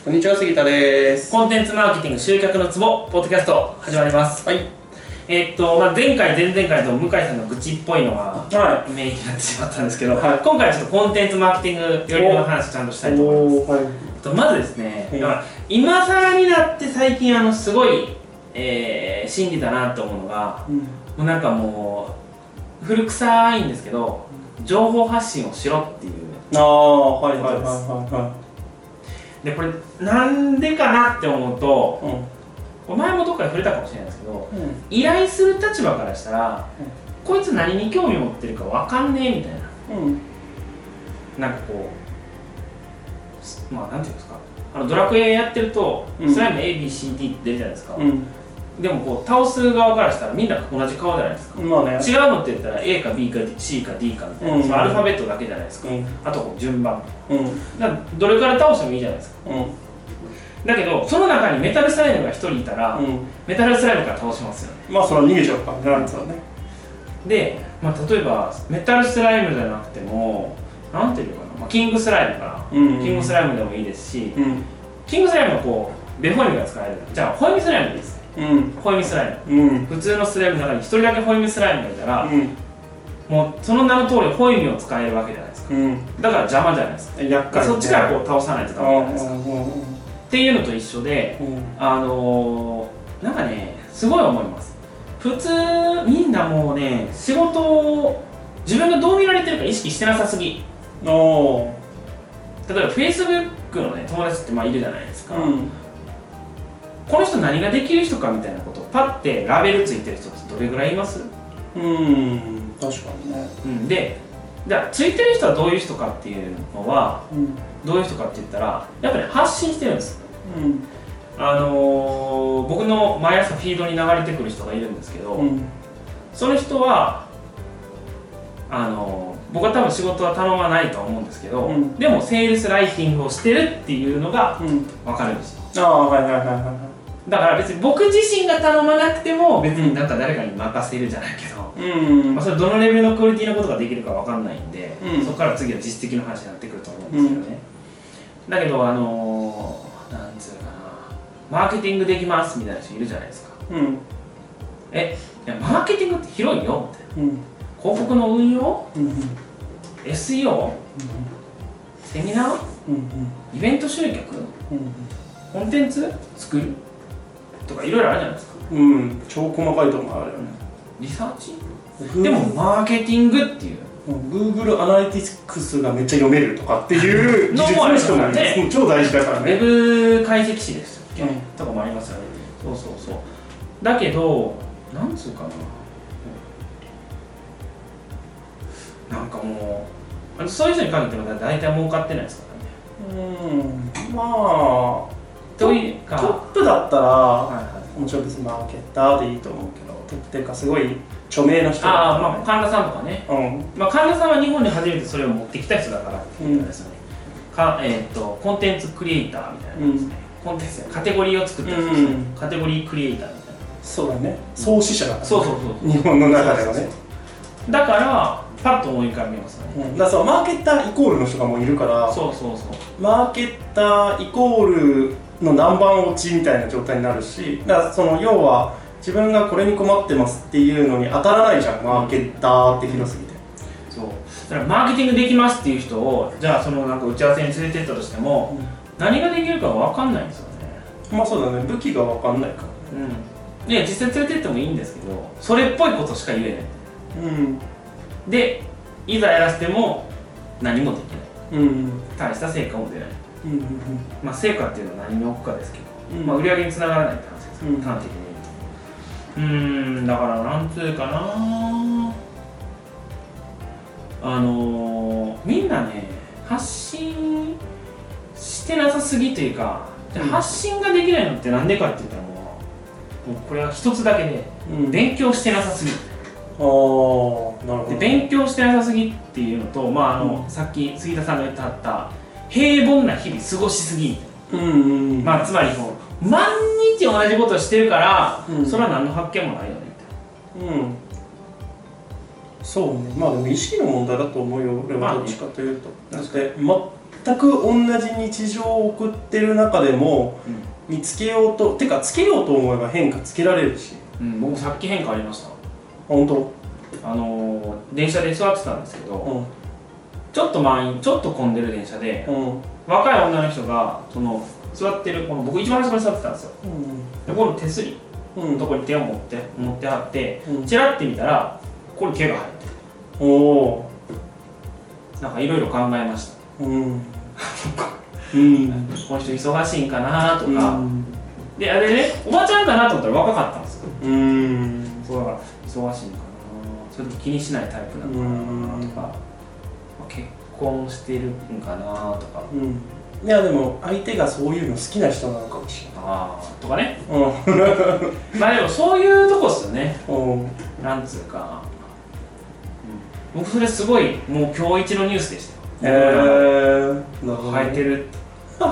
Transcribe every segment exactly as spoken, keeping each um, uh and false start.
こんにちは、杉田です。 コンテンツマーケティング集客のツボポッドキャスト始まります。 はい。 えーっと、まあ、前回前々回と向井さんの愚痴っぽいのがはメインになってしまったんですけど、 はい、 今回はちょっとコンテンツマーケティングよりの話をちゃんとしたいと思います。はい、とまずですね、だから今更になって最近あのすごい、えー、真理だなと思うのが、うん、もうなんかもう古臭いんですけど、情報発信をしろっていうことです。 ああ、はいはいはいはい。 でこれなんでかなって思うと、 うん、 前もどっかで触れたかもしれないですけど、 うん、 依頼する立場からしたら、うん、こいつ何に興味持ってるか分かんねえみたいな、うん、なんかこうまあなんていうんですか、あのドラクエやってると、うん、スライム エービーシーディー って出るじゃないですか、うん、でもこう倒す側からしたらみんな同じ顔じゃないですか、まあね、違うのって言ったら A か B か C か D かみたいな、うん、そのアルファベットだけじゃないですか、うん、あとこう順番、うん、だからどれから倒してもいいじゃないですか、うん、だけどその中にメタルスライムがひとりいたら、うん、メタルスライムから倒しますよね。 まあそれは逃げちゃうからじゃないですよね。 で、まあ、例えばメタルスライムじゃなくてもなんていうのかな、まあ、キングスライムから、うんうん、キングスライムでもいいですし、うん、キングスライムはこうベホイミが使える。じゃあホイミスライムでいいですね、うん、ホイミスライム、うん、普通のスライムの中にひとりだけホイミスライムがいたら、うん、もうその名の通りホイミを使えるわけじゃないですか、うん、だから邪魔じゃないですか。厄介、ね、そっちからこう倒さないとダメじゃないですか、うんうんうん、っていうのと一緒で、うん、あのー、なんかねすごい思います。普通みんなもうね仕事を自分がどう見られてるか意識してなさすぎ。お例えば Facebook の、ね、友達ってまあいるじゃないですか、うん、この人何ができる人かみたいなことをパッてラベルついてる人ってどれぐらいいます？ うーん確かにね、 うん、でじゃあついてる人はどういう人かっていうのは、うん、どういう人かって言ったらやっぱり、ね、発信してるんです、うん、あのー、僕の毎朝フィードに流れてくる人がいるんですけど、うん、その人はあのー、僕は多分仕事は頼まないとは思うんですけど、うん、でもセールスライティングをしてるっていうのが分かるんですよ、うん、あはいはいはいはいだから別に僕自身が頼まなくても別になんか誰かに任せるじゃないけど、うんまあ、それどのレベルのクオリティのことができるか分かんないんで、うん、そこから次は実績の話になってくると思うんですけどね、うん、だけどあのー、なんつうかなマーケティングできますみたいな人いるじゃないですか、うん、えいやマーケティングって広いよみたいな、うん広告の運用、うんうん、エスイーオー、うんうん、セミナー、うんうん、イベント集客、うんうん、コンテンツ作るとかいろいろあるじゃないですか。 うん、超細かいところあるよね。 リサーチでもマーケティングっていう、 うん、Google アナリティクスがめっちゃ読めるとかっていう技術の人もいる、ね、超大事だからね。 ウェブ解析士ですっけ、うん、とかもありますよね。そうそうそうだけどなんつうかななんかもうそういう人に限っては大体儲かってないですからね。 うんまあというかトップだったら、はいはい、もちろん別にマーケッターでいいと思うけどトップっていうかすごい著名な人だ、ね、 ああまあ神田さんとかね、うんまあ、神田さんは日本に初めてそれを持ってきた人だからっていうことですよね、うんかえー、とコンテンツクリエイターみたいな感じですね、うん、コンテンツカテゴリーを作った人ですね、うん、カテゴリークリエイターみたいなそうだね創始者だから、ね、 そうそうそう日本の中ではねだからパッと思い浮かびますよね、 うん、だからそうマーケッターイコールの人がもういるからそうそうそうマーケッターイコールの何番落ちみたいな状態になるしだからその要は自分がこれに困ってますっていうのに当たらないじゃんマーケッターって広すぎて、 うん、そうだからマーケティングできますっていう人をじゃあそのなんか打ち合わせに連れてったとしても、うん、何ができるか分かんないんですよね。 まあそうだね武器が分かんないからね、 うん、いや実際連れてってもいいんですけどそれっぽいことしか言えない、うんで、いざやらせても何もできない、うん、大した成果も出ない、うんうんうんまあ、成果っていうのは何に置くかですけど、うんまあ、売り上げにつながらないって話ですよ、うん、端的に言うとうーんだからなんつうかなあのー、みんなね発信してなさすぎというか、うん、発信ができないのってなんでかって言ったらもう、もうこれは一つだけで、うん、勉強してなさすぎあなるほどで勉強してなさすぎっていうのと、まああのうん、さっき杉田さんが言ってはった平凡な日々過ごしすぎ、うんうんうんまあ、つまりこう毎日同じことをしてるから、うん、それは何の発見もないよねみたいな、うん、 そうね、まあでも意識の問題だと思うよ、俺はどっちかというと、まあね、だって全く同じ日常を送ってる中でも、うん、見つけようとてかつけようと思えば変化つけられるし、 うん、僕さっき変化ありました。 本当？ あのー、電車で座ってたんですけど、うん、ちょっと満員、ちょっと混んでる電車で、うん、若い女の人がその座ってるこの僕一番最初に座ってたんですよ、うん、でこの手すりのとこに手を持って持ってあって、うん、チラッて見たらこれ毛が生えてる。おお、なんかいろいろ考えました。うん、うん、この人忙しいんかなとか、うん、であれね、おばちゃんかなと思ったら若かったんですよ。うん、そうだから忙しいんかな、それとも気にしないタイプなのかなとか、まあ、結婚してるんかなとか、うん、 いやでも相手がそういうの好きな人なのかもしれない。 ああとかね、うん、まあでもそういうとこっすよね、うん、なんつうか、うん、僕それすごいもう今日一のニュースでしたよ。へえー、生えてるって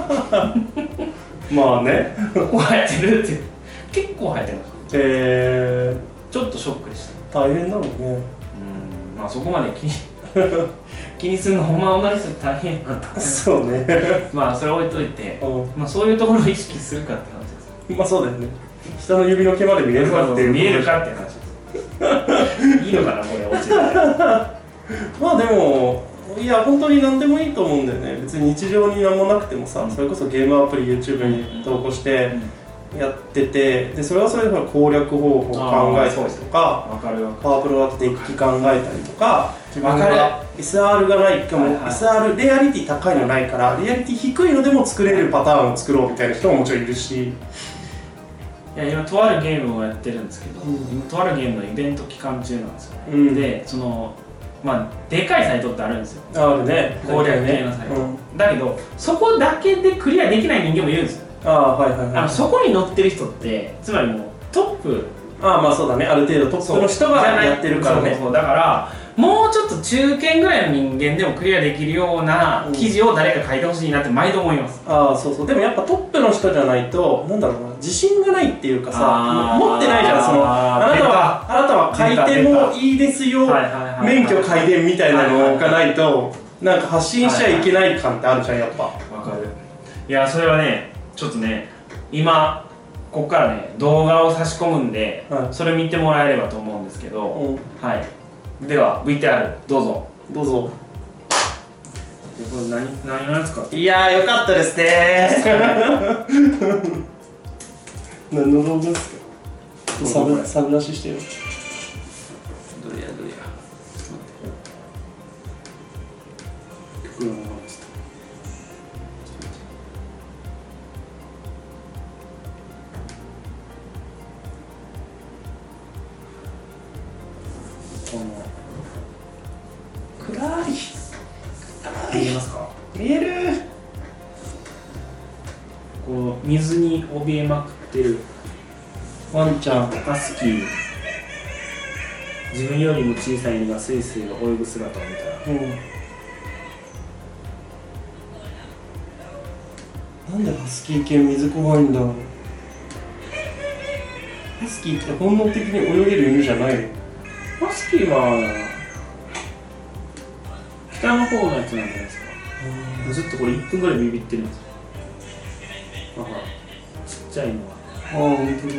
まあね生えてるって結構生えてるんですよ。へえー、ちょっとショックでした。 大変だろうね。 うん、まあそこまで気に気にするのほんま女の人大変なんだそうねまあそれ置いといて、うん、まあそういうところを意識するかって話です。 まあそうだよね、下の指の毛まで見えるかっていう見えるかって話ですいいのかなこれ落ちてまあでもいや本当に何でもいいと思うんだよね。別に日常に何もなくてもさ、うん、それこそゲームアプリ YouTube に投稿してやってて、でそれはそれで攻略方法を考えたりとか、パワープロだってデッキ考えたりとか、自分が エスアール がないかも、はいはい、エスアール レアリティ高いのないからリアリティ低いのでも作れるパターンを作ろうみたいな人ももちろんいるし、 いや今とあるゲームをやってるんですけど、うん、今とあるゲームのイベント期間中なんですよ、うん、でそのまあでかいサイトってあるんですよ。 あるね、 攻略系のサイト、うん、だけどそこだけでクリアできない人間もいるんですよ。 ああはいはいはい、 あのそこに載ってる人ってつまりもうトップ、 ああまあそうだね、ある程度トップの人がやってるからね。 そうそう、だからもうちょっと中堅ぐらいの人間でもクリアできるような記事を誰か書いてほしいなって毎度思います、 うん、ああそうそう、でもやっぱトップの人じゃないとなんだろうな、自信がないっていうかさ、持ってないじゃん。そのあなたはあなたは書いてもいいですよ、免許改伝みたいなのを置かないとなんか発信しちゃいけない感ってあるじゃん、やっぱ。わかる。いやそれはねちょっとね今ここからね動画を差し込むんで、はい、それ見てもらえればと思うんですけど、うん、はい、では ブイティーアール どうぞどうぞ。これ何何のやつか。 いやーよかったですね何の動画ですか。サブサブ出ししてよ。 どれやどれや。 うん、この暗い見えますか。 見える。 この水に怯えまくってるワンちゃんハスキー、自分よりも小さい犬がスイスイ泳ぐ姿を見たら、 うん、なんでハスキー系水怖いんだろう。ハスキーって本能的に泳げる犬じゃないの。 ハスキーは北の方のやつなんじゃないですか。ずっとこれいっぷんぐらいビビってるんですよ。だからちっちゃいのは。 ああ、本当だ。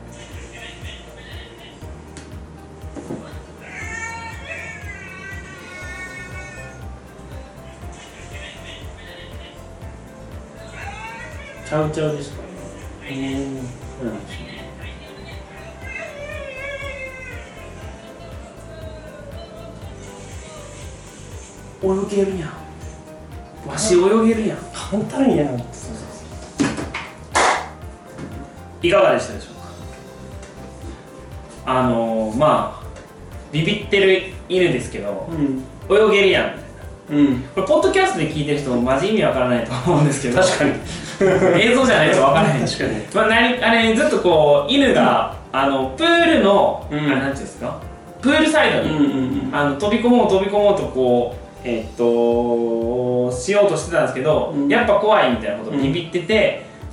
チャウチャウですかね。うん。うん泳げるやん。わし泳げるやん。 簡単やん。 いかがでしたでしょうか。あのー、まあビビってる犬ですけど、うん、泳げるやんみたいな。うん、これポッドキャストで聞いてる人マジ意味わからないと思うんですけど、 確かに映像じゃないとわからない。 確かに。 まあ、何あれずっとこう犬が、うん、あのプールの、うん、あれなんていうんですか、プールサイドに、うんうんうん、あの飛び込もう飛び込もうとこう。えー、っとしようとしてたんですけど、うん、やっぱ怖いみたいなことをビビってて、うん、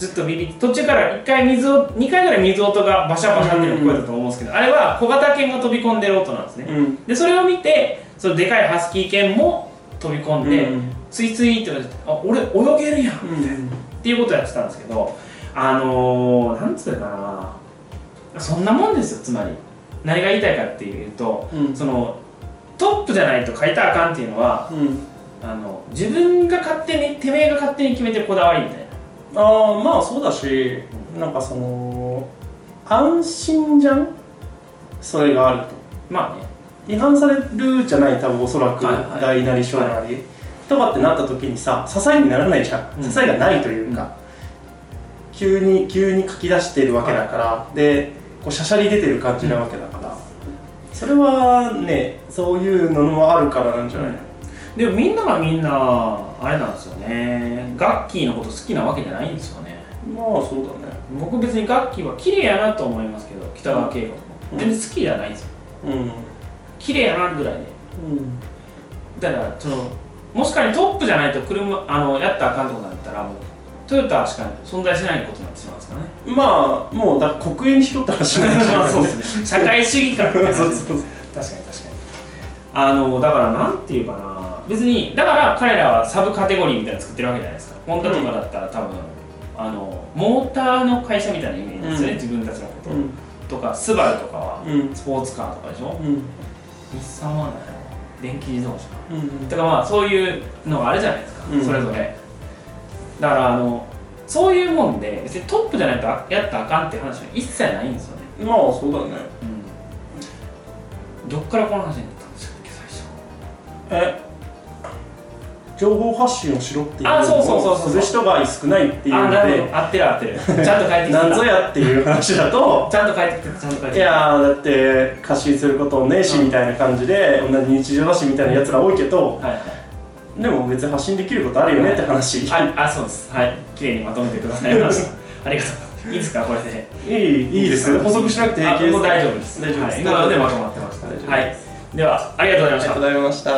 ずっとビビって途中からいっかい水をにかいぐらい水音がバシャバシャっていうのが聞こえたと思うんですけど、あれは小型犬が飛び込んでる音なんですね、うん、でそれを見てそのでかいハスキー犬も飛び込んで、うん、ツイツイって言われてあ俺泳げるやん、うん、っていうことをやってたんですけど、あのー、なんつうかな、そんなもんですよ。つまり何が言いたいかっていうと、うん、そのトップじゃないと書いたらあかんっていうのは、うん、あの自分が勝手にてめえが勝手に決めてるこだわりみたいな。 ああまあそうだし、うん、なんかその安心じゃん、それがあると。まあね、違反されるじゃない、多分おそらく大なり小なり、はい、とかってなった時にさ、支えにならないじゃん、うん、支えがないというか、うん、急に急に書き出してるわけだから、はい、でこうしゃしゃり出てる感じなわけだから、うん、それはね、そういうのもあるからなんじゃないの、 うん、でもみんながみんなあれなんですよね、ガッキーのこと好きなわけじゃないんですよね。 まあそうだね、 僕別にガッキーは綺麗やなと思いますけど、北川景子とか、うん、全然好きじゃないんですよ、うん、綺麗やなぐらいで、うん、だからそのもし仮にトップじゃないと車あのやったらあかんとこなんだったらもうトヨタしか存在しないことになってしまうんですかね。 まあもうだ国営にしろって話になっちゃうまあそうですね、社会主義からそうそうそう、確かに確かに、あのだからなんていうかな、別にだから彼らはサブカテゴリーみたいなの作ってるわけじゃないですか。ホンダとかだったら多分、あのモーターの会社みたいなイメージですよね、うん、自分たちのこと、うん、とかスバルとかはスポーツカーとかでしょ、うん、日産は何電気自動車、うん、だからまあそういうのがあるじゃないですか、うん、それぞれ。だからあのそういうもんで別にトップじゃないとやったらあかんっていう話は一切ないんですよね。 まあそうだね、 うん、どっからこの話になったんですかっけ最初。え情報発信をしろっていうのをする人が少ないっていうので、 あってる合ってる、ちゃんと帰ってきてなんぞやっていう話だとちゃんと帰ってきてちゃんと帰ってきて、 いやだって発信することをねえしみたいな感じで、同じ日常だしみたいなやつら多いけど、はいはい、でも別に発信できることあるよねって話、 はい、あそうです、はい、綺麗にまとめてくださいましたありがとう。いいですかこれで。 いいいいです補足しなくて平気です。 もう大丈夫です、大丈夫です、今のでまとまってました。はい、ではありがとうございました。 ありがとうございました。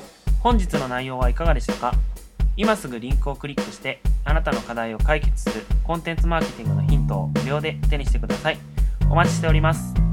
本日の内容はいかがでしたか。今すぐリンクをクリックしてあなたの課題を解決するコンテンツマーケティングのヒントを無料で手にしてください。お待ちしております。